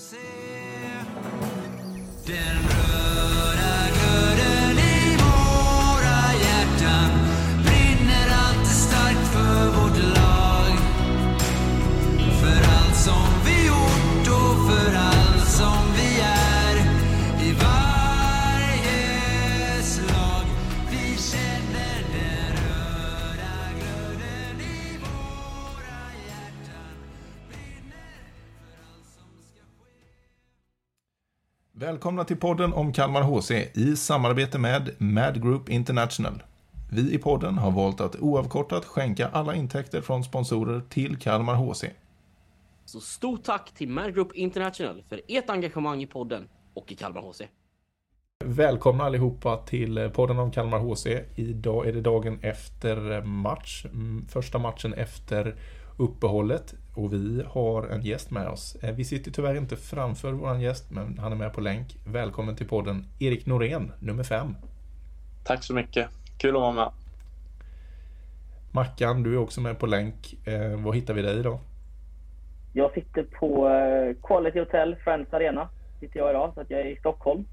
HC. Den röda glöden i våra hjärtan brinner alltid starkt för vårt lag. För allt som vi gjort och för allt som vi är i varje slag. Vi känner den röda glöden i våra hjärtan brinner för allt som ska ske. Välkomna till podden om Kalmar HC i samarbete med Mad Group International. Vi i podden har valt att oavkortat skänka alla intäkter från sponsorer till Kalmar HC. Så stort tack till Mad Group International för ert engagemang i podden och i Kalmar HC. Välkomna allihopa till podden om Kalmar HC. Idag är det dagen efter match, första matchen efter uppehållet, och vi har en gäst med oss. Vi sitter tyvärr inte framför våran gäst, men han är med på länk. Välkommen till podden, Erik Norén, nummer 5. Tack så mycket. Kul att vara med. Mackan, du är också med på länk. Var hittar vi dig idag? Jag sitter på Quality Hotel, Friends Arena. Sitter jag idag, så att jag är i Stockholm.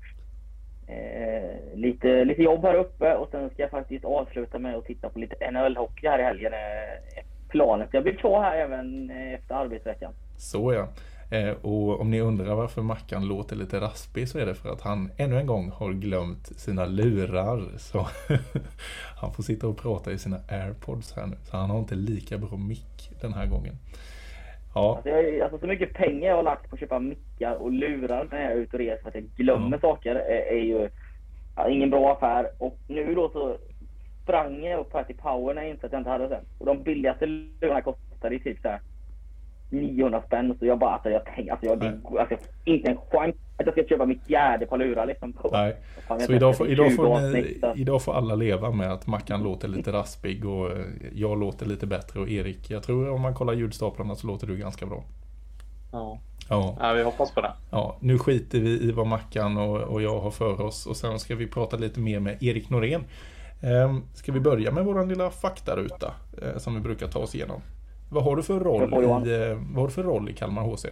Lite jobb här uppe, och sen ska jag faktiskt avsluta med att titta på lite NHL-hockey här i helgen. Planet. Jag blir kvar här även efter arbetsveckan. Så ja. Och om ni undrar varför Mackan låter lite raspig, så är det för att han ännu en gång har glömt sina lurar. Så han får sitta och prata i sina AirPods här nu. Så han har inte lika bra mick den här gången. Ja. Alltså så mycket pengar jag har lagt på att köpa mickar och lurar när jag är ute och reser, för att jag glömmer saker, är ju ingen bra affär. Och nu då så sprang jag upp här till Power när jag insåg att jag inte hade den. Och de billigaste lurarna kostade typ så här 900 spänn. Så jag bara, jag inte en chans att jag ska köpa mitt fjärde par lurar liksom. Nej. Så idag får alla leva med att Mackan låter lite raspig och jag låter lite bättre, och Erik, jag tror om man kollar ljudstaplarna så låter du ganska bra. Ja, vi hoppas på det. Ja, nu skiter vi i vad Mackan och jag har för oss, och sen ska vi prata lite mer med Erik Norén. Ska vi börja med våran lilla faktaruta som vi brukar ta oss igenom. Vad har du för roll i Kalmar HC?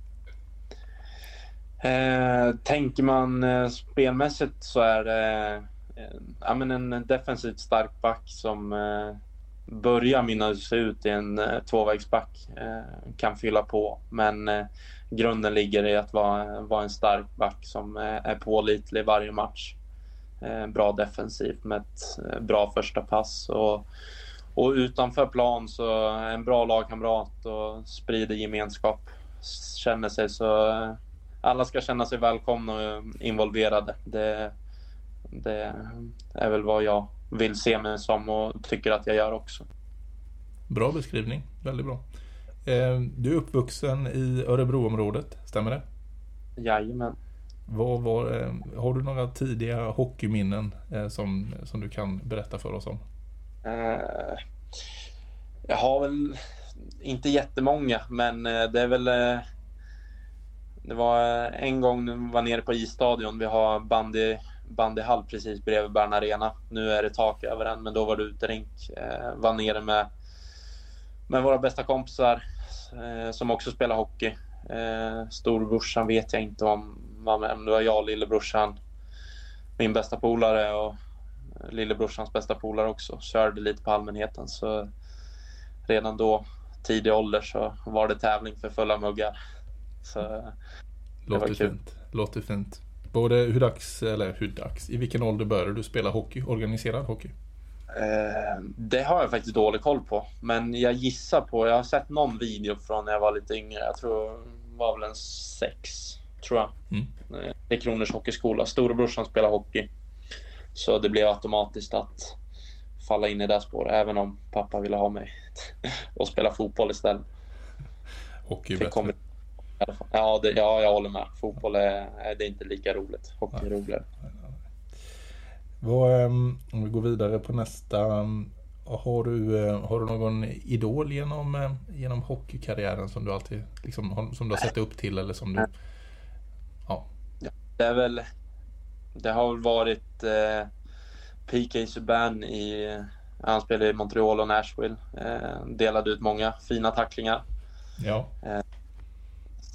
Tänker man spelmässigt så är det en defensivt stark back som börjar mynna sig ut i en tvåvägsback, kan fylla på, men grunden ligger i att vara en stark back som är pålitlig varje match. Bra defensivt med ett bra första pass, och utanför plan så en bra lagkamrat och sprider gemenskap, känner sig så alla ska känna sig välkomna och involverade. Det är väl vad jag vill se mig som och tycker att jag gör också. Bra beskrivning, väldigt bra. Du är uppvuxen i Örebroområdet, stämmer det? Jajamän. Har du några tidiga hockeyminnen som du kan berätta för oss om? Jag har väl inte jättemånga, men det är väl det var en gång när vi var nere på isstadion. Vi har bandyhall precis bredvid Bern Arena. Nu är det tak över den, men då var det uterink. Var nere med våra bästa kompisar som också spelar hockey. Storbrorsan vet jag inte om det var jag och lillebrorsan, min bästa polare, och lillebrorsans bästa polare också. Körde lite på allmänheten, så redan då, tidig ålder, så var det tävling för fulla muggar. Så Låter fint. Både hur dags, i vilken ålder började du spela hockey, organiserad hockey? Det har jag faktiskt dålig koll på, men jag gissar på, jag har sett någon video från när jag var lite yngre. Jag tror det var väl en 6, tror jag. Det är Kronors hockeyskola. Storebrorsan spelar hockey, så det blev automatiskt att falla in i det spåret, även om pappa ville ha mig och spela fotboll istället. Hockey bättre. Ja, jag håller med. Fotboll är det inte lika roligt. Hockey är roligare. Om vi går vidare på nästa, har du någon idol genom hockeykarriären som du alltid liksom, som du har sett upp till, eller som du det har väl varit P.K. Subban han spelade i Montreal och Nashville, delade ut många fina tacklingar. Ja.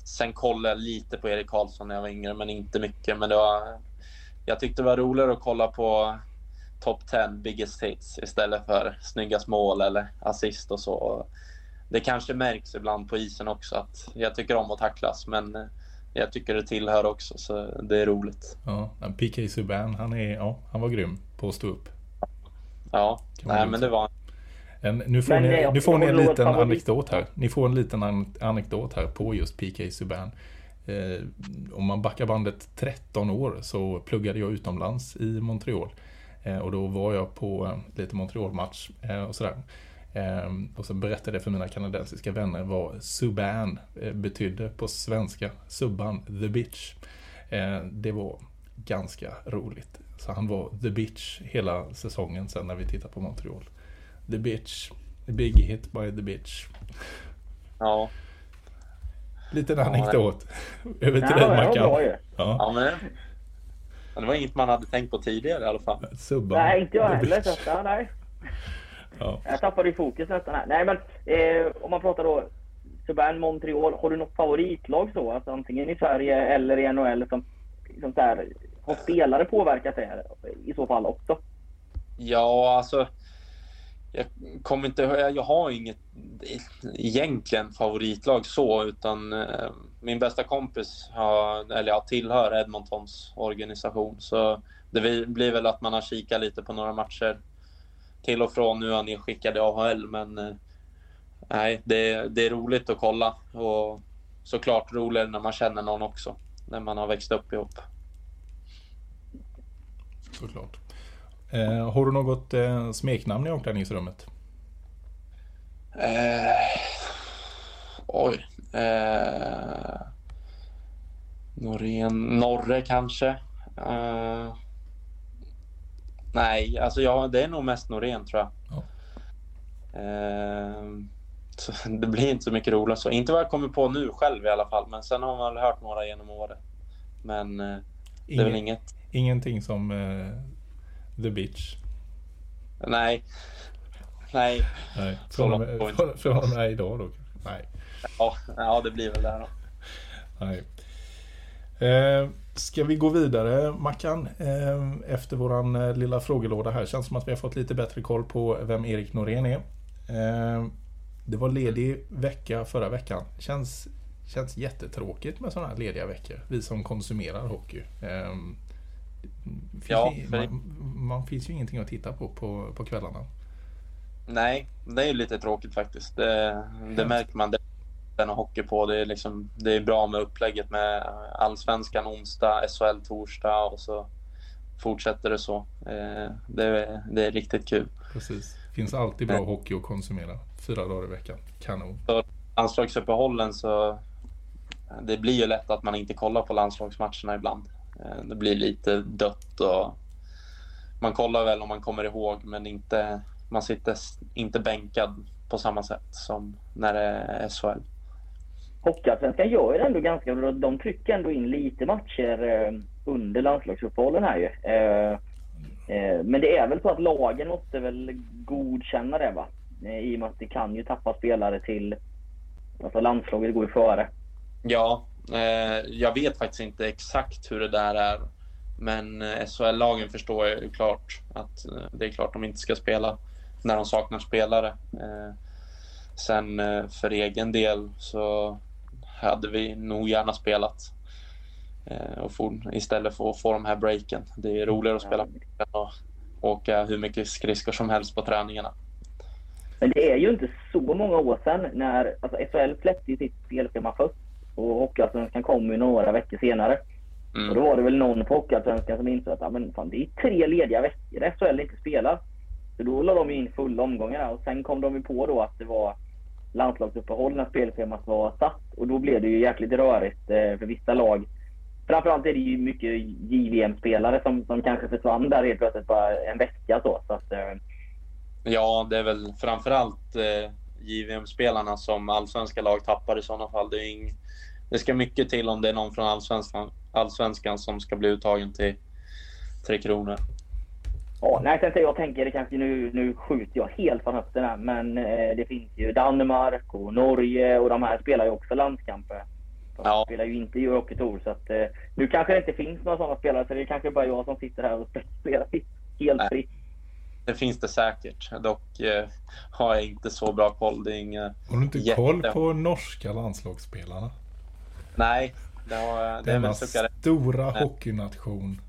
Sen kollade jag lite på Erik Karlsson när jag var yngre, men inte mycket. Men jag tyckte det var roligare att kolla på top 10 biggest hits istället för snygga mål eller assist och så. Det kanske märks ibland på isen också att jag tycker om att tacklas, men jag tycker det tillhör också, så det är roligt. Ja, PK Subban, han var grym på att stå upp. Ja, nej, men det var... Nu får ni en liten anekdot här. Ni får en liten anekdot här på just PK Subban. Om man backar bandet 13 år så pluggade jag utomlands i Montreal. Och då var jag på lite Montreal-match och sådär. Och så berättade jag för mina kanadensiska vänner vad Subban betydde på svenska. Subban, the bitch. Det var ganska roligt. Så han var the bitch hela säsongen sen när vi tittade på Montreal. The bitch, the big hit by the bitch. Ja. Liten anekdot. Över till dig, Mackan. Ja, men det var inget man hade tänkt på tidigare i alla fall. Subban, nej, inte jag heller. Detta, nej. Ja. Jag tappade i fokus nästan här. Nej, men om man pratar då Subban, Montreal, har du något favoritlag så? Alltså antingen i Sverige eller i NHL som så här, har spelare påverkat det här i så fall också? Ja, alltså jag kommer inte, jag har inget egentligen favoritlag så, utan min bästa kompis tillhör Edmontons organisation, så det blir väl att man har kikat lite på några matcher till och från. Nu har ni skickade i AHL, men nej, det är roligt att kolla, och såklart roligare när man känner någon också, när man har växt upp ihop. Såklart. Har du något smeknamn i omklädningsrummet? Norre kanske. Nej, alltså det är nog mest Norén, tror jag. Ja. Så det blir inte så mycket roligt så. Inte vad jag kommer på nu själv i alla fall, men sen har man väl hört några genom året. Men det är väl inget. Ingenting som The Bitch. Nej. Från och med idag då? Nej. Ja, det blir väl det här då. Nej. Ska vi gå vidare, Mackan? Efter våran lilla frågelåda här. Känns som att vi har fått lite bättre koll på vem Erik Norén är. Det var ledig vecka förra veckan. Känns jättetråkigt med sådana här lediga veckor. Vi som konsumerar hockey. Man finns ju ingenting att titta på kvällarna. Nej, det är ju lite tråkigt faktiskt. Det märker man. Den hockey på. Det är bra med upplägget med Allsvenskan onsdag, SHL torsdag, och så fortsätter det så. Det är riktigt kul. Precis. Finns alltid bra hockey att konsumera 4 dagar i veckan. Kanon. För landslagsuppehållen så det blir ju lätt att man inte kollar på landslagsmatcherna ibland. Det blir lite dött, och man kollar väl om man kommer ihåg, men man sitter inte bänkad på samma sätt som när det är SHL. Hockeyallsvenskan gör ju ändå ganska bra. De trycker ändå in lite matcher under landslagsuppehållen här ju. Men det är väl så att lagen måste väl godkänna det, va? I och med att det kan ju tappa spelare till, alltså landslaget går ju före. Ja, jag vet faktiskt inte exakt hur det där är. Men SHL-lagen förstår ju klart att det är klart de inte ska spela när de saknar spelare. Sen för egen del så hade vi nog gärna spelat och istället för att få de här breaken. Det är roligare att spela än att åka hur mycket skridskor som helst på träningarna. Men det är ju inte så många år sedan när SHL släppte sitt spelschema först, och Hockeyallsvenskan kom ju några veckor senare. Och då var det väl någon på Hockeyallsvenskan som insåg att det är 3 lediga veckor där SHL inte spelar. Så då la de in fulla omgångar, och sen kom de ju på då att det var landslagsuppehåll när spelschemat var satt, och då blev det ju jäkligt rörigt för vissa lag. Framförallt är det ju mycket JVM-spelare som kanske försvann där helt plötsligt bara en vecka så att, Ja, det är väl framförallt JVM-spelarna som allsvenska lag tappar i sådana fall. Det ska mycket till om det är någon från allsvenskan som ska bli uttagen till 3 kronor. Ja, nej, sen jag tänker det kanske nu skjuter jag helt från höften här, men det finns ju Danmark och Norge, och de här spelar ju också landskamper Jag spelar ju inte i Hockey Tour, så att nu kanske det inte finns några sådana spelare, så det är kanske bara jag som sitter här och spelar helt fritt. Det finns det säkert. Dock har jag inte så bra koll. Det är inga har du inte koll på norska landslagsspelarna? Nej, det är denna väl stora hockeynation.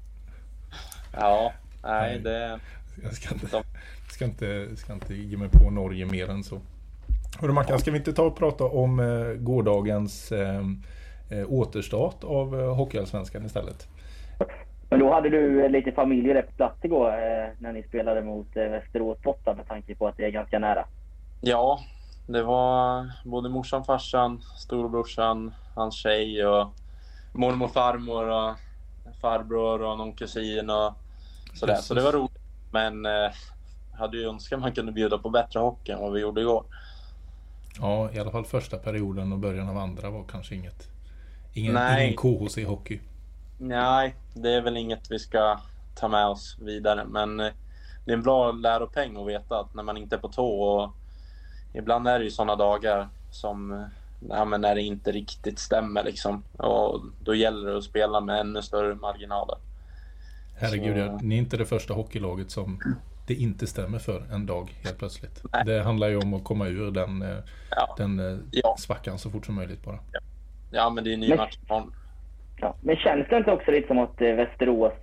Ja, nej, det... Jag ska inte ge mig på Norge mer än så. Hörru Mackan, ska vi inte ta och prata om gårdagens återstart av Hockeyallsvenskan istället? Men då hade du lite familj rätt plats igår när ni spelade mot Västerås borta, med tanke på att det är ganska nära. Ja, det var både morsan, farsan, storebrorsan, hans tjej och mormor, farmor och farbror och någon kusin och sådär. Så det var roligt. Men hade ju önskat man kunde bjuda på bättre hockey än vad vi gjorde igår. Ja, i alla fall första perioden och början av andra var kanske ingen KHC-hockey. Nej, det är väl inget vi ska ta med oss vidare. Men det är en bra läropeng att veta att när man inte är på tå, och ibland är det ju sådana dagar som när det inte riktigt stämmer liksom. Och då gäller det att spela med ännu större marginaler. Herregud, ni är inte det första hockeylaget som det inte stämmer för en dag helt plötsligt. Nej. Det handlar ju om att komma ur den svackan så fort som möjligt bara. Ja, men det är en ny match. Ja, men känns det inte också lite som att Västerås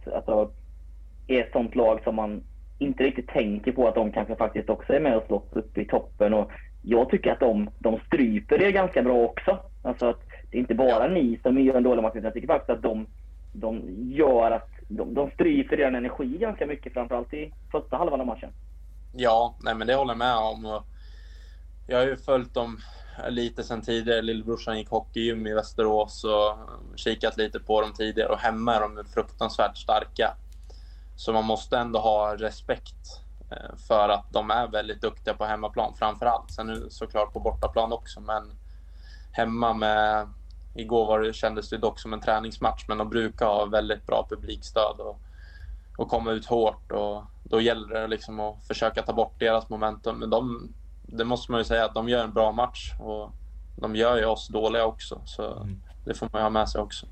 är ett sånt lag som man inte riktigt tänker på att de kanske faktiskt också är med och slåss upp i toppen, och jag tycker att de stryper det ganska bra också. Alltså att det är inte bara ni som gör en dålig match, jag tycker faktiskt att de gör att de stryper den energi ganska mycket, framförallt i första halvan av matchen. Ja, nej, men det håller jag med om. Jag har ju följt dem lite sen tidigare. Lillebrorsan gick hockeygym i Västerås och kikat lite på dem tidigare, och hemma är de fruktansvärt starka. Så man måste ändå ha respekt för att de är väldigt duktiga på hemmaplan framförallt. Sen nu såklart på bortaplan också, men hemma igår kändes det dock som en träningsmatch, men de brukar ha väldigt bra publikstöd och komma ut hårt, och då gäller det liksom att försöka ta bort deras momentum. Men det måste man ju säga att de gör en bra match, och de gör ju oss dåliga också, så det får man ju ha med sig också.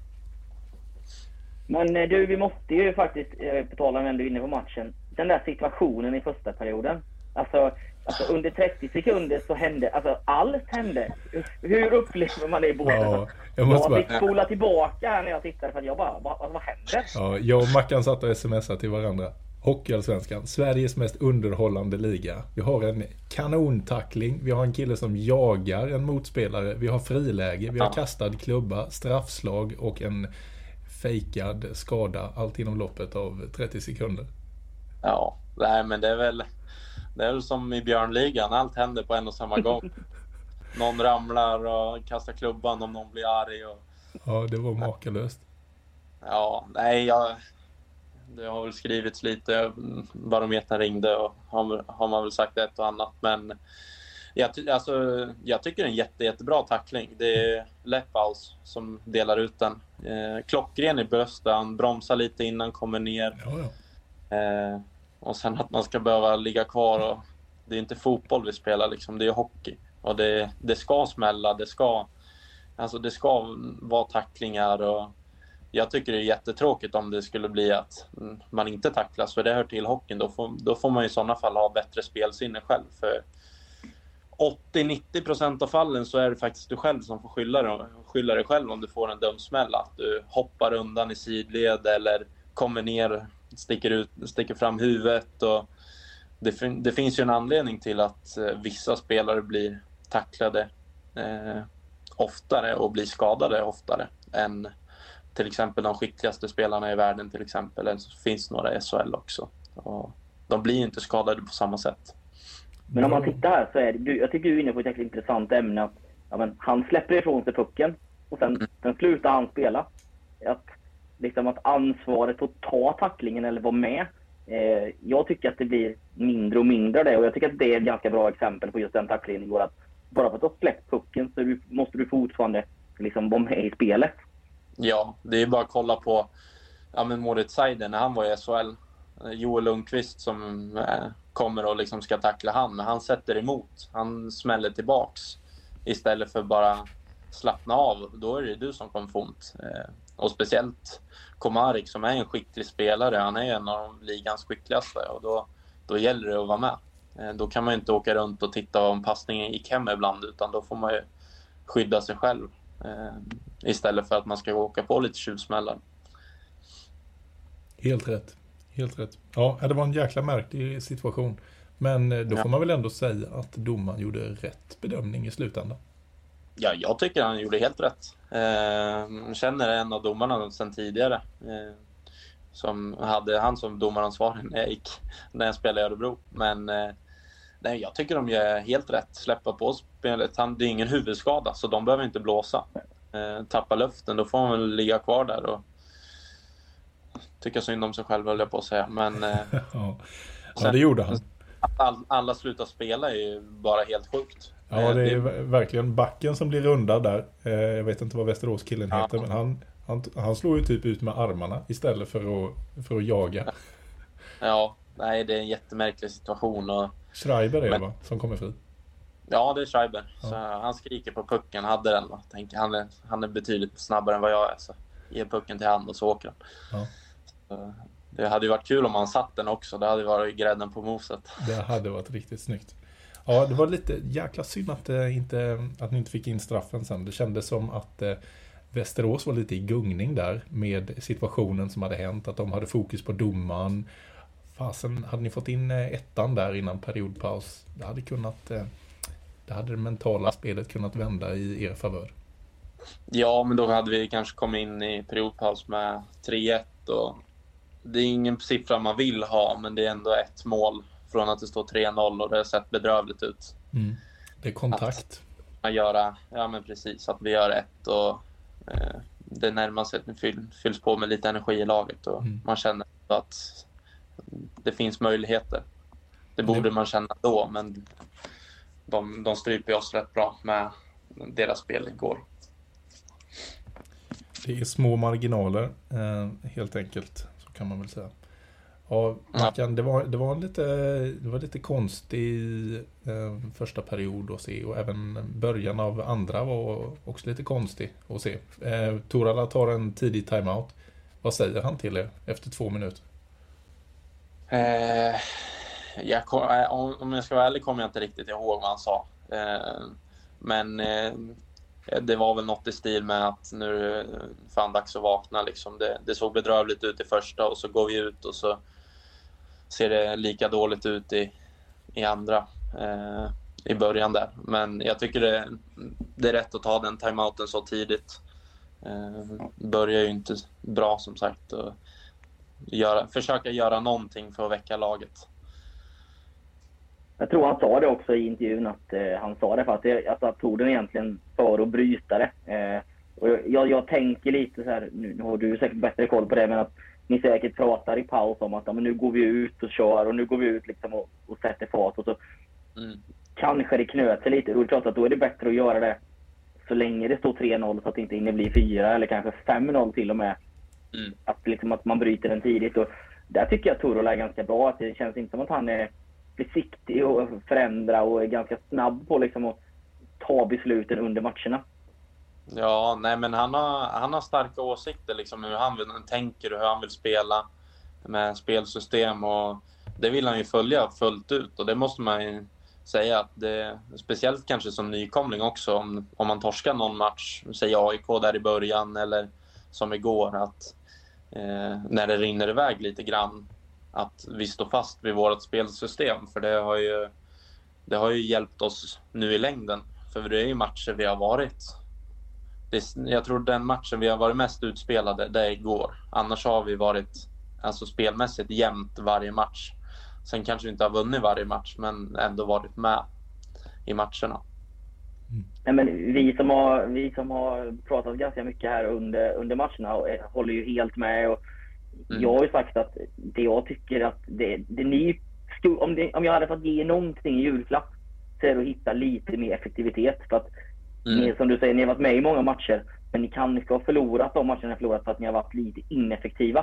Men du, vi måste ju faktiskt betala när du är inne på matchen. Den där situationen i första perioden. Alltså under 30 sekunder så hände, allt hände. Hur upplever man det i båten? Ja, jag fick spola tillbaka här när jag tittade, för att jag bara, vad hände? Ja, jag och Mackan satt och smsade till varandra. Hockeyallsvenskan, Sveriges mest underhållande liga. Vi har en kanontackling, vi har en kille som jagar en motspelare, vi har friläge, vi har kastad klubba, straffslag och en fejkad skada, allt inom loppet av 30 sekunder. Ja, nej, men det är väl som i Björnligan, allt händer på en och samma gång. Någon ramlar och kastar klubban om någon blir arg. Ja, det var makalöst. Ja, nej, det har väl skrivits lite, barometern ringde och har man väl sagt ett och annat, men jag tycker det är en jättebra tackling. Det är Leppaus som delar ut den. Klockren i bröstet, han bromsar lite innan, kommer ner. Ja. Och sen att man ska behöva ligga kvar, och det är inte fotboll vi spelar liksom, det är hockey. Och det ska smälla, det ska vara tacklingar, och jag tycker det är jättetråkigt om det skulle bli att man inte tacklas, för det hör till hockeyn. Då får man i sådana fall ha bättre spelsinne själv, för 80-90% av fallen så är det faktiskt du själv som får skylla dig själv om du får en dömsmäll, att du hoppar undan i sidled eller kommer ner, sticker fram huvudet, och det finns ju en anledning till att vissa spelare blir tacklade oftare och blir skadade oftare än till exempel de skickligaste spelarna i världen till exempel, eller så finns några i SHL också, och de blir inte skadade på samma sätt. Men om man tittar här så jag tycker du är inne på ett jäkligt intressant ämne, att han släpper ifrån sig pucken och sen slutar han spela. Att ansvaret att ta tacklingen eller vara med, jag tycker att det blir mindre och mindre det, och jag tycker att det är ett ganska bra exempel på just den tacklingen igår, att bara för att du har släppt pucken så måste du fortfarande liksom vara med i spelet. Ja, det är bara att kolla på Moritz Seider när han var i SHL. Joel Lundqvist som kommer och liksom ska tackla han, men han sätter emot. Han smäller tillbaks istället för bara slappna av, då är det du som kommer få ont. Och speciellt Komarek som är en skicklig spelare, han är en av ligans skickligaste, och då gäller det att vara med. Då kan man inte åka runt och titta om passningen gick hem ibland, utan då får man ju skydda sig själv istället för att man ska åka på lite tjuvsmällar. Helt rätt. Ja, det var en jäkla märklig situation. Men då får man väl ändå säga att domaren gjorde rätt bedömning i slutändan. Ja, jag tycker han gjorde helt rätt. Känner en av domarna sedan tidigare. Som hade han som domaransvarig när jag spelade i Örebro. Men nej, jag tycker de gör helt rätt. Släppa på spelet. Det är ingen huvudskada, så de behöver inte blåsa. Tappa luften, då får man väl ligga kvar där och tycka synd om sig själv, höll jag på att säga. Men ja, det gjorde han. Att alla slutar spela är ju bara helt sjukt. Ja, det är verkligen backen som blir rundad där. Jag vet inte vad Västerås-killen heter, men han slår ju typ ut med armarna istället för att jaga. Ja, nej, det är en jättemärklig situation. Och Schreiber är det, va? Som kommer fri. Ja, det är Schreiber. Ja. Så han skriker på pucken, hade den. Tänker, han är betydligt snabbare än vad jag är. Så ger pucken till hand och så åker han. Ja. Så det hade ju varit kul om han satt den också. Det hade varit grädden på moset. Det hade varit riktigt snyggt. Ja, det var lite jäkla synd att ni inte fick in straffen sen. Det kändes som att Västerås var lite i gungning där med situationen som hade hänt. Att de hade fokus på domaren. Fasen, hade ni fått in ettan där innan periodpaus, det hade det mentala spelet kunnat vända i er favör. Ja, men då hade vi kanske kommit in i periodpaus med 3-1 och det är ingen siffra man vill ha, men det är ändå ett mål från att det står 3-0 och det har sett bedrövligt ut. Mm. Det är kontakt. Men precis, att vi gör ett och det närmar sig att fylls på med lite energi i laget och man känner att det finns möjligheter. Det borde man känna då, men de stryper oss rätt bra med deras spel igår. Det är små marginaler, helt enkelt, så kan man väl säga. Ja, Mackan, det var lite konstig första period att se, och även början av andra var också lite konstig att se. Torala tar en tidig timeout. Vad säger han till er efter 2 minuter? Om jag ska vara ärlig kommer jag inte riktigt ihåg vad han sa. Men det var väl något i stil med att nu är det fan dags att vakna. Liksom. Det såg bedrövligt ut i första och så går vi ut och så ser det lika dåligt ut i andra i början där. Men jag tycker det är rätt att ta den timeouten så tidigt. Börjar ju inte bra som sagt. Och försöka göra någonting för att väcka laget. Jag tror han sa det också i intervjun, att han sa det för att tog den egentligen för att bryta det. Och jag tänker lite så här, nu har du säkert bättre koll på det, men att ni säkert pratar i paus om att men nu går vi ut och kör och nu går vi ut liksom och sätter fart och så kanske det knöt sig lite. Och det är klart att då är det bättre att göra det så länge det står 3-0 så att det inte inne blir 4 eller kanske 5-0 till och med. Att man bryter den tidigt, och där tycker jag att Torala är ganska bra. Att det känns inte som att han är försiktig och förändra och är ganska snabb på liksom att ta besluten under matcherna. Ja, nej, men han har starka åsikter liksom, hur han tänker och hur han vill spela med spelsystem, och det vill han ju följa fullt ut, och det måste man ju säga att det, speciellt kanske som nykomling också, om man torskar någon match, säg AIK där i början eller som igår, att när det rinner iväg lite grann, att vi står fast vid vårt spelsystem, för det har ju hjälpt oss nu i längden, för det är ju matcher vi har varit. Jag tror den matchen vi har varit mest utspelade, det är igår. Annars har vi varit alltså spelmässigt jämnt varje match. Sen kanske vi inte har vunnit varje match, men ändå varit med i matcherna. Nej, men vi som har pratat ganska mycket här under matcherna håller ju helt med, och jag har ju sagt att det jag tycker att om jag hade fått ge någonting i julklapp så är det att hitta lite mer effektivitet, för att ni, som du säger, ni har varit med i många matcher, men ni kan inte ha förlorat de matcherna, förlorat för att ni har varit lite ineffektiva.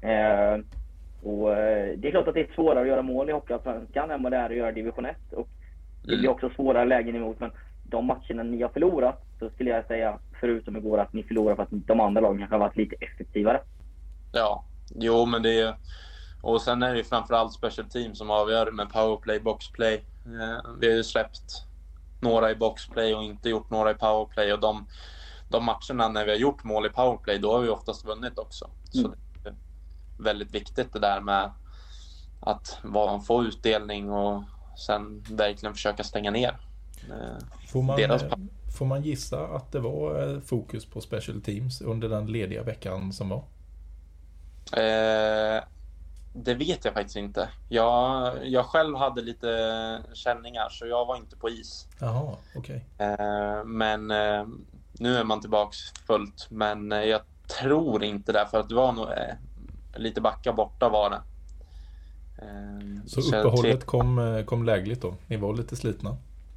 Och det är klart att det är svårare att göra mål i Hockeyallsvenskan än vad det är att göra division 1, och det blir också svårare lägen emot, men de matcherna ni har förlorat så skulle jag säga, förutom igår, att ni förlorar för att de andra lagen kanske har varit lite effektivare. Ja, jo men det är... Och sen är det ju framförallt special team som avgör med powerplay, boxplay. Vi har ju släppt några i boxplay och inte gjort några i powerplay. Och de matcherna när vi har gjort mål i powerplay, då har vi oftast vunnit också. Så det är väldigt viktigt det där med att få utdelning och sen verkligen försöka stänga ner Får man gissa att det var fokus på special teams under den lediga veckan som var? Det vet jag faktiskt inte. Jag själv hade lite känningar så jag var inte på is. Jaha, okej. Men nu är man tillbaks fullt. Men jag tror inte det, för att det var nog lite backa borta var det. Så uppehållet kom lägligt då? Ni var lite slitna?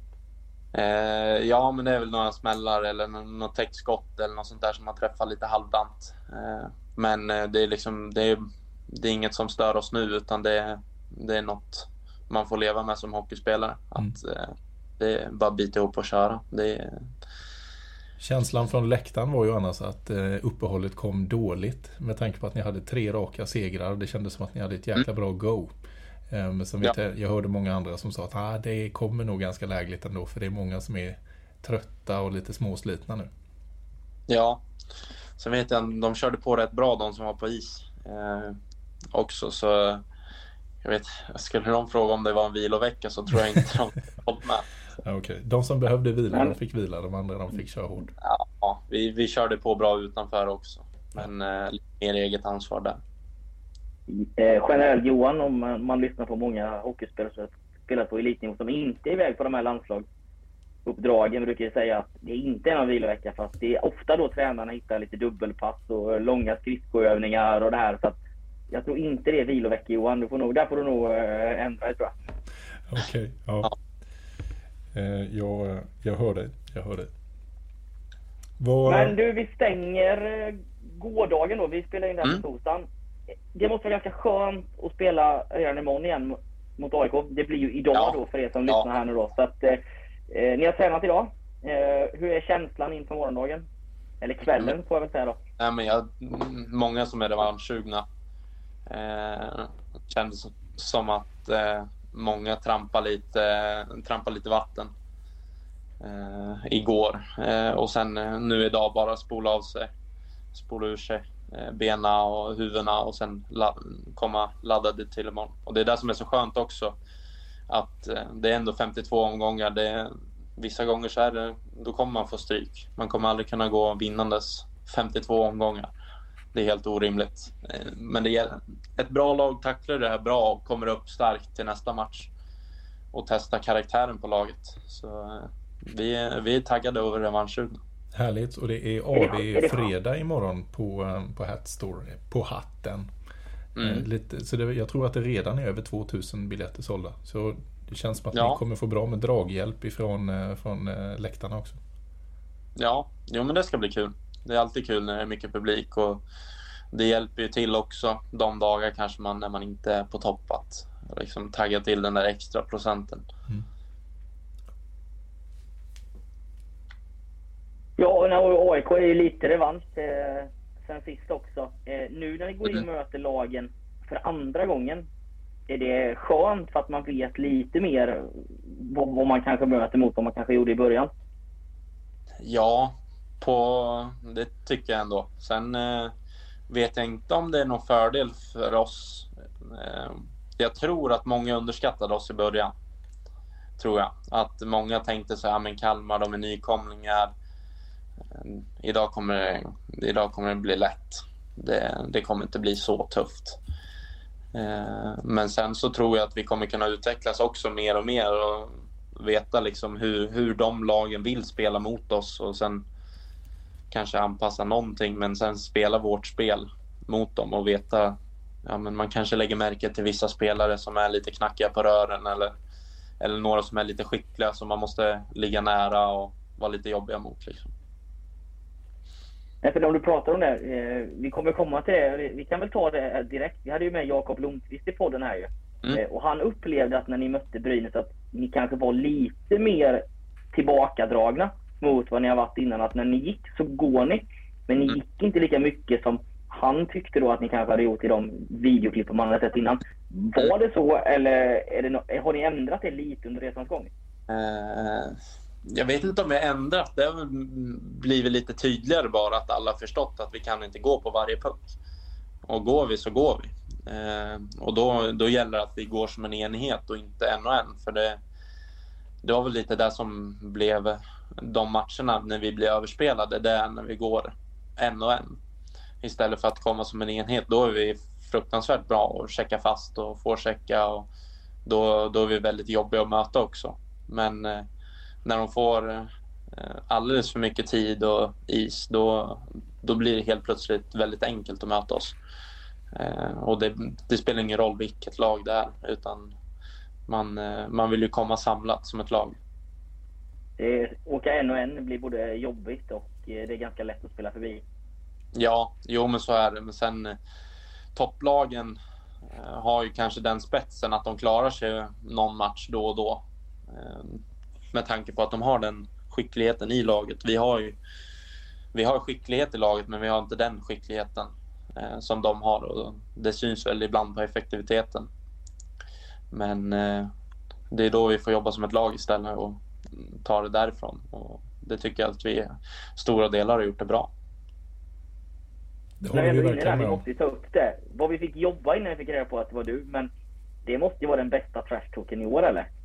Ja, men det är väl några smällar eller något täckskott eller något sånt där som man träffar lite halvdant. Men det är liksom det är inget som stör oss nu, utan det är något man får leva med som hockeyspelare. Att det är bara bita ihop och köra. Känslan från läktaren var ju annars att uppehållet kom dåligt med tanke på att ni hade 3 raka segrar. Det kändes som att ni hade ett jäkla bra go. Men som jag hörde många andra som sa att det kommer nog ganska lägligt ändå, för det är många som är trötta och lite småslitna nu. Ja, sen vet jag de körde på rätt bra, de som var på is också, så jag vet, skulle de fråga om det var en vilovecka så tror jag inte de hållit med. Okej. De som behövde vila, de fick vila, de andra de fick köra hårt. Ja, vi körde på bra utanför också, men lite mer eget ansvar där. Generellt Johan, om man lyssnar på många hockeyspelare som spelar på elitnivå som inte är iväg på de här landslagsuppdragen, brukar jag säga att det inte är någon vilovecka, fast det är ofta då tränarna hittar lite dubbelpass och långa skridskoövningar och det här, så att jag tror inte det är vilovecka, Johan. Där får du nog ändra det, tror jag. Okej, ja. Jag hör dig. Men du, vi stänger gårdagen då. Vi spelar in den på torsdagen. Det måste vara ganska skönt att spela redan imorgon igen mot AIK. Det blir ju idag då för er som lyssnar här nu då. Så att ni har tränat idag. Hur är känslan inför morgondagen? Eller kvällen får jag väl säga då. Nej, men många som är revanschsugna. Kändes som att många trampar lite vatten igår. Och sen nu idag bara spola ur sig bena och huvudena och sen komma laddade till imorgon. Och det är det som är så skönt också, att det är ändå 52 omgångar. Vissa gånger så är det, då kommer man få stryk. Man kommer aldrig kunna gå vinnandes 52 omgångar. Det är helt orimligt. Men det är ett bra lag, tacklar det här bra och kommer upp starkt till nästa match och testa karaktären på laget. Så vi är taggade över revanschsugna. Härligt, och det är AV fredag imorgon på Hatstore, på Hatten. Så jag tror att det redan är över 2000 biljetter sålda. Så det känns som att ni kommer få bra med draghjälp från läktarna också. Ja, men det ska bli kul. Det är alltid kul när det är mycket publik, och det hjälper ju till också de dagar kanske när man inte är på topp, att liksom tagga till den där extra procenten. Ja, och AIK är ju lite revansch sen sist också. Nu när ni går in och möter lagen för andra gången, är det skönt för att man vet lite mer vad man kanske möter mot vad man kanske gjorde i början? Ja, det tycker jag ändå. Sen vet jag inte om det är någon fördel för oss. Jag tror att många underskattade oss i början. Tror jag. Att många tänkte så här, men Kalmar, de är nykomlingar. Idag kommer det bli lätt. Det kommer inte bli så tufft. Men sen så tror jag att vi kommer kunna utvecklas också mer och mer och veta liksom hur de lagen vill spela mot oss, och sen kanske anpassa någonting, men sen spela vårt spel mot dem och veta, men man kanske lägger märke till vissa spelare som är lite knackiga på rören eller några som är lite skickliga som man måste ligga nära och vara lite jobbiga mot liksom. För om du pratar om det, vi kommer komma till det, vi kan väl ta det direkt. Vi hade ju med Jakob Lundqvist i podden här ju. Och han upplevde att när ni mötte Brynäs att ni kanske var lite mer tillbakadragna mot vad ni har varit innan. Att när ni gick så går ni, men ni gick inte lika mycket som han tyckte då att ni kanske hade gjort i de videoklipp man hade sett innan. Var det så, eller har ni ändrat det lite under resans gång? Jag vet inte om jag ändrat. Det har blivit lite tydligare bara att alla har förstått att vi kan inte gå på varje puck. Och går vi så går vi. Och då gäller det att vi går som en enhet och inte en och en. För det var väl lite det som blev de matcherna när vi blir överspelade. Det är när vi går en och en. Istället för att komma som en enhet, då är vi fruktansvärt bra och checka fast och får checka. Och då är vi väldigt jobbiga att möta också. Men när de får alldeles för mycket tid och is, då blir det helt plötsligt väldigt enkelt att möta oss. Och det spelar ingen roll vilket lag det är, utan man vill ju komma samlat som ett lag. Åka en och en blir både jobbigt och det är ganska lätt att spela förbi. Ja, men så är det. Men sen topplagen har ju kanske den spetsen att de klarar sig någon match då och då. Med tanke på att de har den skickligheten i laget. Vi har skicklighet i laget, men vi har inte den skickligheten som de har. Och det syns väl ibland på effektiviteten. Men det är då vi får jobba som ett lag istället och ta det därifrån. Och det tycker jag att vi stora delar har gjort det bra. När vi verkligen vi måste ta upp det. Vad vi fick jobba innan jag fick reda på att det var du, men det måste ju vara den bästa trash-talken i år, eller?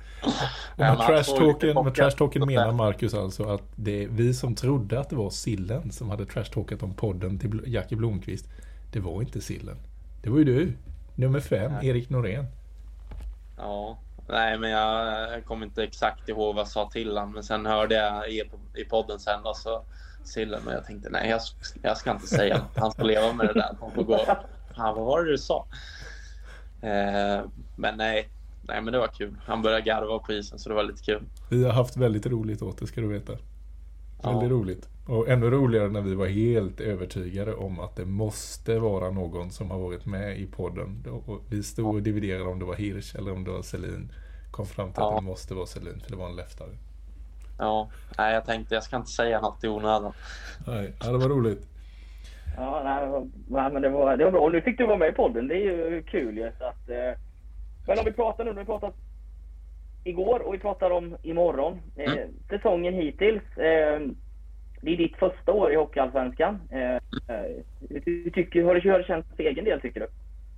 Med trash-talken menar Marcus alltså att det är vi som trodde att det var Sillen som hade trash-talkat om podden till Jackie Blomqvist. Det var inte Sillen. Det var ju du. Nummer 5, Erik Norén. Ja, nej, men jag kommer inte exakt ihåg vad jag sa till han, men sen hörde jag i podden sen och så Sillen, men jag tänkte nej, jag ska inte säga något. Han får leva med det där. Han får gå. Vad var det du sa? Men nej, men det var kul. Han började garva på isen, så det var lite kul. Vi har haft väldigt roligt åt det, ska du veta. Väldigt roligt. Och ännu roligare när vi var helt övertygade om att det måste vara någon som har varit med i podden. Och vi stod och dividerade om det var Hirsch eller om det var Selin. Kom fram till att det måste vara Selin, för det var en leftare. Ja, nej, jag tänkte jag ska inte säga något i onödan. Nej, det var roligt. Ja, nej, men det var bra. Och nu fick du vara med i podden. Det är ju kul ju. Men om vi pratar nu, vi pratat igår och vi pratar om imorgon. Säsongen hittills. Det är ditt första år i Hockeyallsvenskan. Hur har det känts för egen del, tycker du?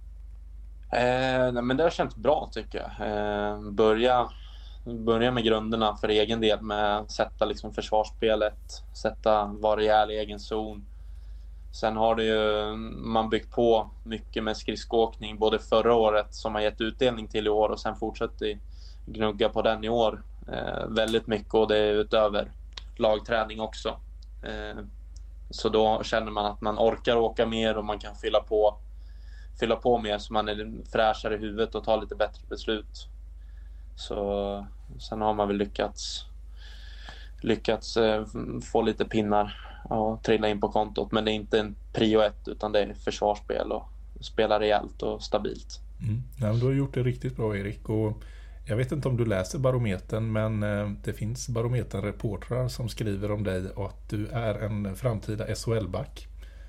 Nej, men det har känts bra, tycker jag. Börja med grunderna för egen del, med att sätta liksom försvarsspelet, vara rejäl i egen zon. Sen har det ju man byggt på mycket med skridskoåkning både förra året som har gett utdelning till i år, och sen fortsätter gnugga på den i år väldigt mycket, och det är utöver lagträning också. Så då känner man att man orkar åka mer och man kan fylla på mer, så man är fräschare i huvudet och tar lite bättre beslut. Så sen har man väl lyckats få lite pinnar och trilla in på kontot, men det är inte en prio 1, utan det är försvarsspel och spela rejält och stabilt. Ja, du har gjort det riktigt bra, Erik, och jag vet inte om du läser Barometern, men det finns Barometern-reportrar som skriver om dig och att du är en framtida SHL-back.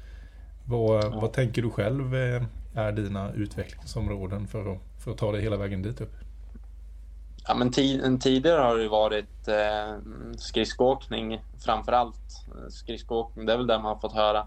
Vad tänker du själv är dina utvecklingsområden för att ta dig hela vägen dit upp? Ja, men tidigare har det varit skridskoåkning framförallt. Skridskoåkning, det är väl där man har fått höra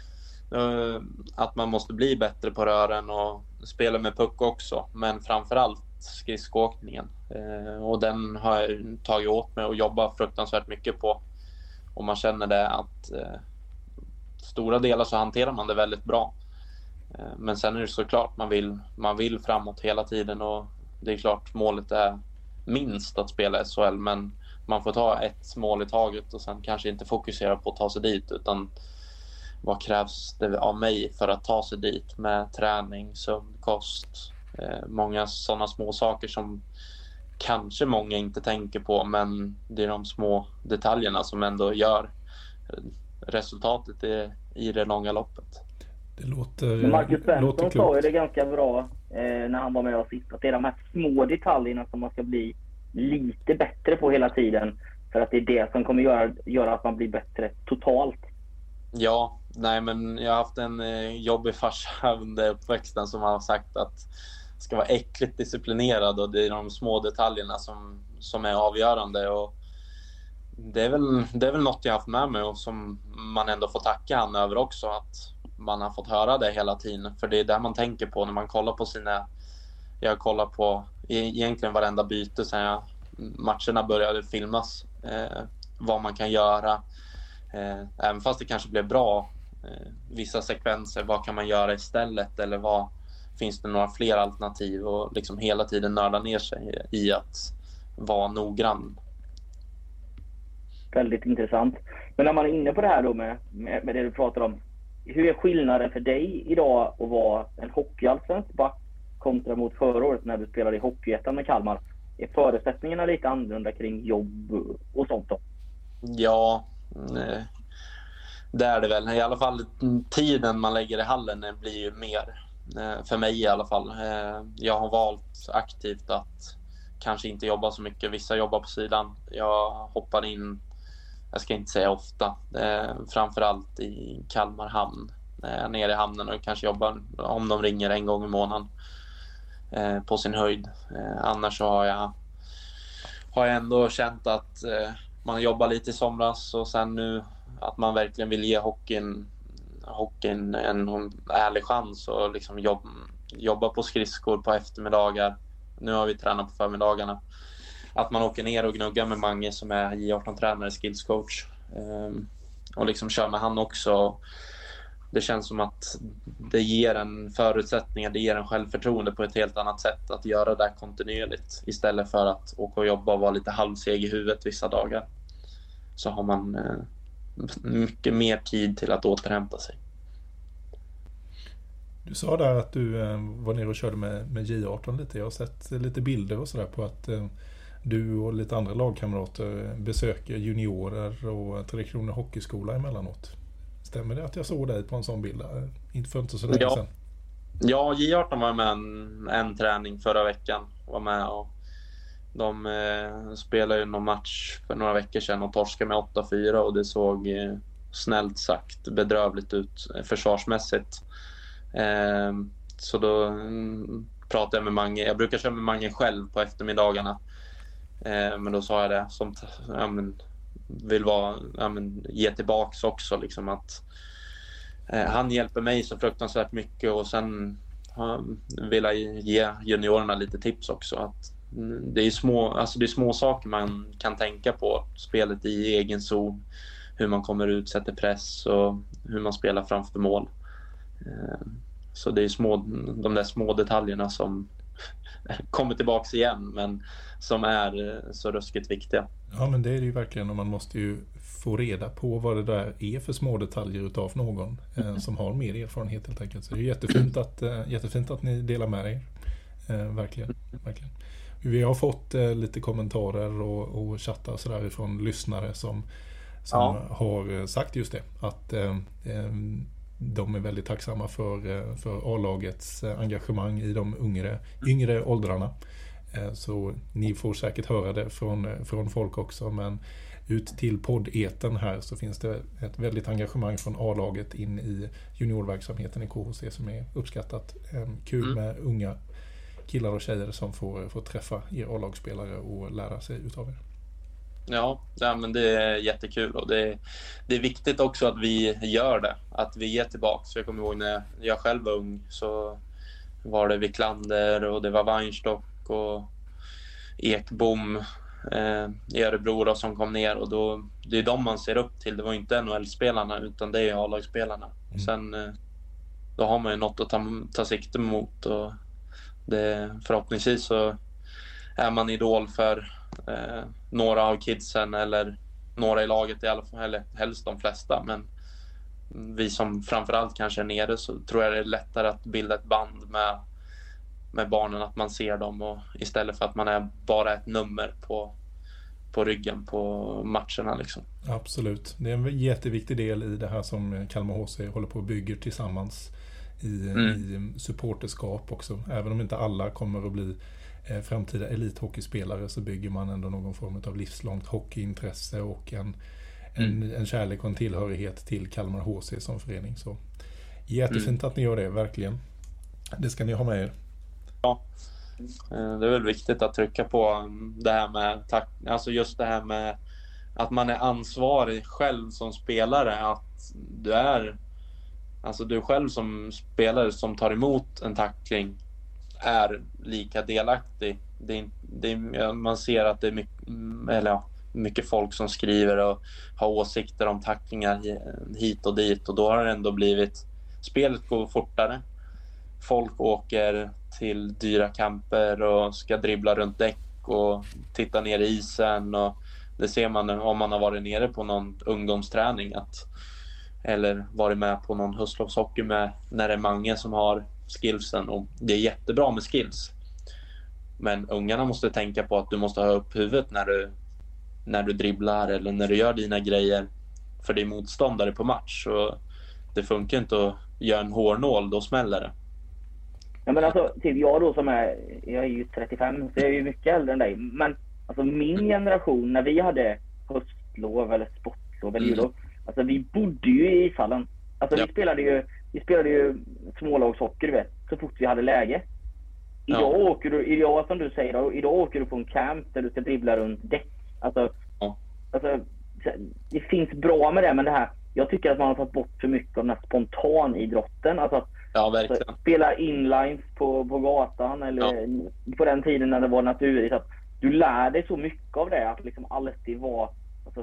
att man måste bli bättre på rören och spela med puck också, men framförallt skridskoåkningen. Och den har jag tagit åt mig och jobbat fruktansvärt mycket på, och man känner det att stora delar så hanterar man det väldigt bra. Men sen är det såklart man vill framåt hela tiden, och det är klart målet är minst att spela SHL, men man får ta ett mål i taget och sen kanske inte fokusera på att ta sig dit, utan vad krävs det av mig för att ta sig dit med träning, sömn, kost, många sådana små saker som kanske många inte tänker på, men det är de små detaljerna som ändå gör resultatet i det långa loppet. Det låter Marcus Svensson sa ju det ganska bra när han var med oss sist, att det är de här små detaljerna som man ska bli lite bättre på hela tiden. För att det är det som kommer göra att man blir bättre totalt. Ja, nej men jag har haft en jobbig farsa under uppväxten som har sagt att ska vara äckligt disciplinerad och det är de små detaljerna som är avgörande. Och det är väl något jag har haft med mig och som man ändå får tacka han över också, att man har fått höra det hela tiden. För det är där man tänker på när man kollar på jag kollar på egentligen varenda byte sen matcherna började filmas, vad man kan göra, även fast det kanske blev bra vissa sekvenser, vad kan man göra istället, eller finns det några fler alternativ, och liksom hela tiden nörda ner sig i att vara noggrann. Väldigt intressant. Men när man är inne på det här då med det du pratar om, hur är skillnaden för dig idag att vara en hockeyallsvensk back kontra mot förra året när du spelade i Hockeyettan med Kalmar? Är förutsättningarna lite annorlunda kring jobb och sånt då? Ja, det är det väl. I alla fall tiden man lägger i hallen blir ju mer. För mig i alla fall. Jag har valt aktivt att kanske inte jobba så mycket. Vissa jobbar på sidan. Jag hoppar in, jag ska inte säga ofta, framförallt i Kalmar hamn. Nere i hamnen och kanske jobbar om de ringer en gång i månaden på sin höjd. Annars så har jag ändå känt att man jobbar lite i somras och sen nu att man verkligen vill ge hockeyn en ärlig chans och liksom jobba på skridskor på eftermiddagar. Nu har vi tränat på förmiddagarna. Att man åker ner och gnuggar med Mange som är J18-tränare, skillscoach. Och liksom kör med han också. Det känns som att det ger en förutsättningar, det ger en självförtroende på ett helt annat sätt att göra det kontinuerligt istället för att åka och jobba och vara lite halvseg i huvudet vissa dagar. Så har man mycket mer tid till att återhämta sig. Du sa där att du var nere och körde med J18 lite. Jag har sett lite bilder och sådär på att du och lite andra lagkamrater besöker juniorer och Tre Kronor hockeyskola emellanåt. Stämmer det att jag såg dig på en sån bild? Inte så länge sedan. Ja, J18 var med en träning förra veckan. Var med och de spelade ju någon match för några veckor sedan och torskade med 8-4 och det såg snällt sagt bedrövligt ut försvarsmässigt. Så då pratade jag med Mange. Jag brukar köra med Mange själv på eftermiddagarna. Men då sa jag det som vill ge tillbaks också liksom, att han hjälper mig så fruktansvärt mycket och sen vill jag ge juniorerna lite tips också, att det är små saker man kan tänka på, spelet i egen zon, hur man kommer ut, sätter press och hur man spelar framför mål. Så det är de där små detaljerna som kommer tillbaks igen, men som är så ruskigt viktiga. Ja, men det är det ju verkligen, och man måste ju få reda på vad det där är för små detaljer utav någon som har mer erfarenhet helt enkelt. Så det är jättefint att ni delar med er. Verkligen. Vi har fått lite kommentarer och chattar och sådär ifrån lyssnare som har sagt just det, att de är väldigt tacksamma för A-lagets engagemang i de yngre åldrarna. Så ni får säkert höra det från folk också, men ut till poddeten här så finns det ett väldigt engagemang från A-laget in i juniorverksamheten i KHC som är uppskattat. Kul med unga killar och tjejer som får träffa er A-lagsspelare och lära sig utav er. Ja, men det är jättekul och det är viktigt också att vi gör det, att vi ger tillbaka. Så jag kommer ihåg när jag själv var ung så var det Wiklander och det var Weinstock och Ekbom i Örebro då, som kom ner, och då, det är de man ser upp till. Det var inte NHL-spelarna utan det är A-lagsspelarna. Sen då har man ju något att ta sikte mot, och förhoppningsvis så är man idol för några av kidsen eller några i laget i alla fall, eller helst de flesta, men vi som framförallt kanske är nere, så tror jag det är lättare att bilda ett band med barnen, att man ser dem, och istället för att man är bara ett nummer på ryggen på matcherna liksom. Absolut, det är en jätteviktig del i det här som Kalmar HC håller på och bygger tillsammans i supporterskap också, även om inte alla kommer att bli framtida elithockeyspelare så bygger man ändå någon form av livslångt hockeyintresse och en kärlek och en tillhörighet till Kalmar HC som förening. Så jättefint att ni gör det, verkligen. Det ska ni ha med er. Ja, det är väl viktigt att trycka på det här med alltså just det här med att man är ansvarig själv som spelare, att du själv som spelare som tar emot en tackling är lika delaktig. Man ser att det är mycket folk som skriver och har åsikter om tacklingar hit och dit, och då har det ändå blivit, spelet går fortare. Folk åker till dyra camper och ska dribbla runt däck och titta ner i isen, och det ser man om man har varit nere på någon ungdomsträning eller varit med på någon höstlovshockey med när det är många som har skillsen, och det är jättebra med skills. Men ungarna måste tänka på att du måste ha upp huvudet när du dribblar eller när du gör dina grejer, för det är motståndare på match, och det funkar inte att göra en hårnål, då smäller det. Ja, men alltså, typ jag då jag är ju 35, så jag är ju mycket äldre än dig. Men alltså min generation, när vi hade höstlov eller sportlov eller jullov, alltså vi bodde ju i ishallen. Alltså vi spelade ju smålagshockey, du vet, så fort vi hade läge. Idag som du säger då, idag åker du på en camp där du ska dribbla runt däck. Alltså det finns bra med det, men det här, jag tycker att man har tagit bort för mycket av den här spontanidrotten. Alltså verkligen. Alltså, spela inlines på gatan eller på den tiden när det var naturligt. Att du lär dig så mycket av det, att liksom alltid vara, alltså,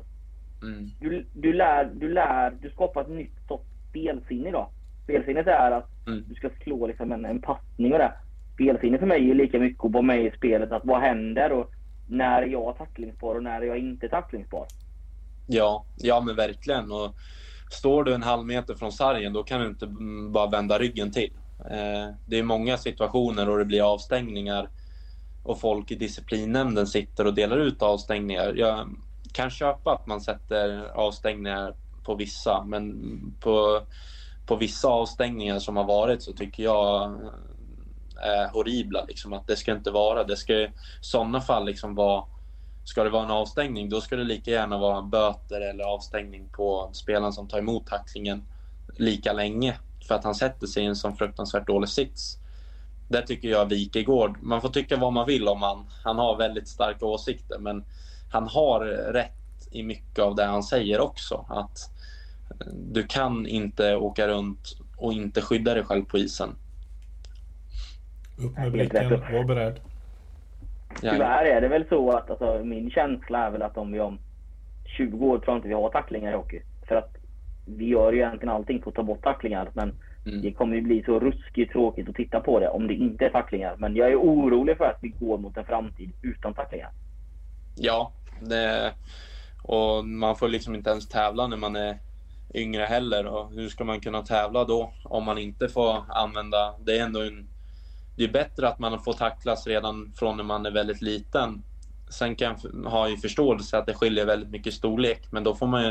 du skapar ett nytt sorts spelsinne idag. Spelsinnet är att du ska slå liksom en passning och det. Spelsinne för mig är lika mycket att vara med i spelet, att vad händer och när är jag tacklingsbar och när är jag inte tacklingsbar. Ja, men verkligen. Och står du en halv meter från sargen, då kan du inte bara vända ryggen till. Det är många situationer och det blir avstängningar och folk i disciplinnämnden sitter och delar ut avstängningar. Jag kan köpa att man sätter avstängningar på vissa, men på vissa avstängningar som har varit så tycker jag är horribla. Liksom, att det ska inte vara. Det ska i sådana fall liksom vara. Ska det vara en avstängning, då ska det lika gärna vara böter eller avstängning på spelaren som tar emot tacklingen lika länge, för att han sätter sig i en sån fruktansvärt dålig sits. Där tycker jag Wikegård, man får tycka vad man vill om han har väldigt starka åsikter, men han har rätt i mycket av det han säger också, att du kan inte åka runt och inte skydda dig själv på isen. Upp med blicken, var beredd. Tyvärr är det väl så att alltså, min känsla är väl att om 20 år tror jag inte vi har tacklingar i hockey. För att vi gör ju egentligen allting för att ta bort tacklingar. Men det kommer ju bli så ruskigt tråkigt att titta på det om det inte är tacklingar. Men jag är orolig för att vi går mot en framtid utan tacklingar. Ja, och man får liksom inte ens tävla när man är yngre heller. Och hur ska man kunna tävla då om man inte får använda... Det är ändå det är bättre att man får tacklas redan från när man är väldigt liten. Sen kan jag ha ju förståelse att det skiljer väldigt mycket storlek. Men då får man ju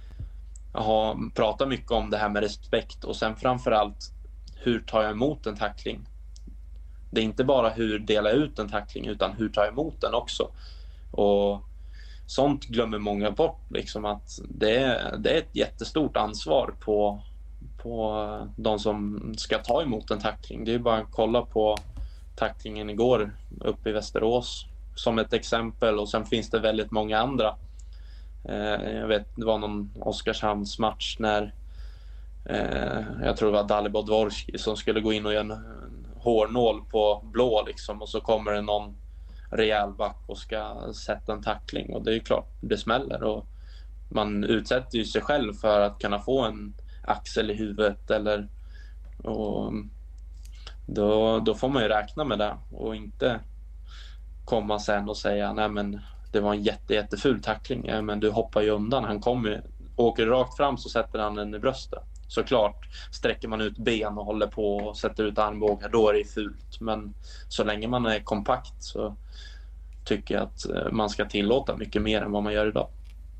prata mycket om det här med respekt. Och sen framförallt, hur tar jag emot en tackling? Det är inte bara hur delar jag ut en tackling, utan hur tar jag emot den också. Och sånt glömmer många bort. Liksom, att det är ett jättestort ansvar på de som ska ta emot en tackling. Det är bara att kolla på tacklingen igår uppe i Västerås som ett exempel, och sen finns det väldigt många andra. Jag vet, det var någon Oskarshamns match när jag tror det var Dalibor Dvorski som skulle gå in och göra en hårnål på blå liksom, och så kommer det någon rejäl back och ska sätta en tackling, och det är ju klart det smäller, och man utsätter ju sig själv för att kunna få en axel i huvudet och då får man ju räkna med det och inte komma sen och säga nej men det var en jätteful tackling. Ja, men du hoppar ju undan, han åker rakt fram så sätter han den i bröstet. Såklart sträcker man ut ben och håller på och sätter ut armbågar, då är det fult, men så länge man är kompakt så tycker jag att man ska tillåta mycket mer än vad man gör idag.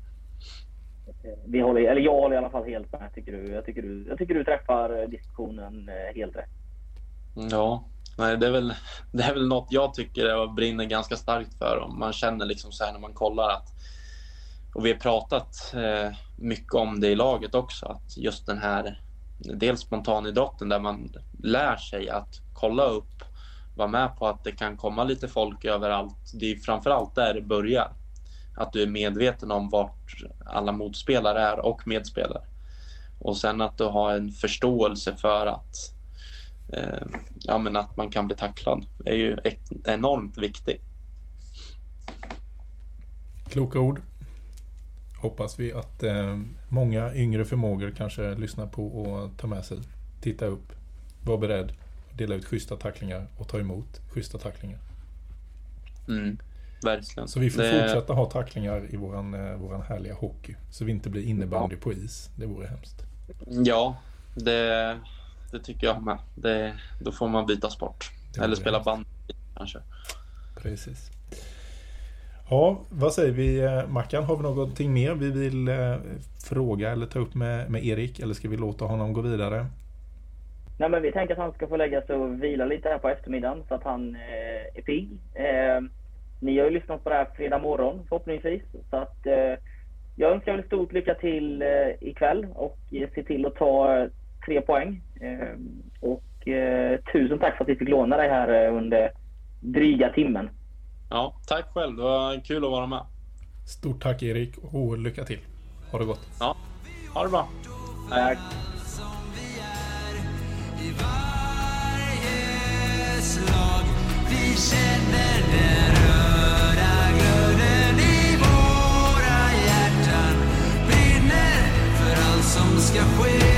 Jag håller i alla fall helt med, tycker du. Jag tycker du träffar diskussionen helt rätt. Ja, Nej, det är väl något jag tycker jag brinner ganska starkt för. Om man känner liksom så här när man kollar att, och vi har pratat mycket om det i laget också, att just den här dels spontanidrotten där man lär sig att kolla upp, vara med på att det kan komma lite folk överallt. Det är framförallt där det börjar. Att du är medveten om vart alla motspelare är och medspelare. Och sen att du har en förståelse för att att man kan bli tacklad är ju enormt viktigt. Kloka ord. Hoppas vi att många yngre förmågor kanske lyssnar på och tar med sig. Titta upp. Var beredd. Dela ut schyssta tacklingar och ta emot schyssta tacklingar. Verkligen. Så vi får fortsätta ha tacklingar i våran härliga hockey. Så vi inte blir innebandy på is. Det vore hemskt. Ja, det tycker jag med. Då får man byta sport. Eller spela band kanske. Precis. Ja, vad säger vi, Mackan? Har vi någonting mer vi vill fråga eller ta upp med Erik? Eller ska vi låta honom gå vidare? Nej, men vi tänker att han ska få lägga sig och vila lite här på eftermiddagen så att han är pigg. Ni har ju lyssnat på det här fredag morgon förhoppningsvis. Så att jag önskar väl stort lycka till ikväll och se till att ta 3 poäng. Tusen tack för att vi fick låna dig här under dryga timmen. Ja, tack själv. Det var kul att vara med. Stort tack Erik och lycka till. Ha det gott. Ja, ha det bra. Tack. I varje slag vi känner den röda glöden i våra hjärtan, brinner för allt som ska ske,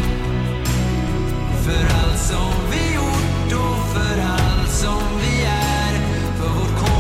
för allt som vi gjort och för allt som vi är, för vårt KC.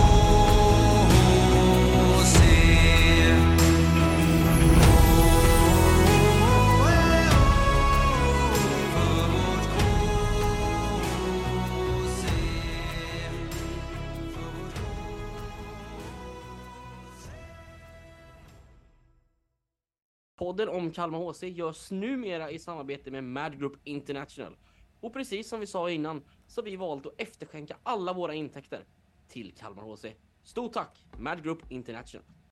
Podden om Kalmar HC görs numera i samarbete med Mad Group International. Och precis som vi sa innan så har vi valt att efterskänka alla våra intäkter till Kalmar HC. Stort tack, Mad Group International!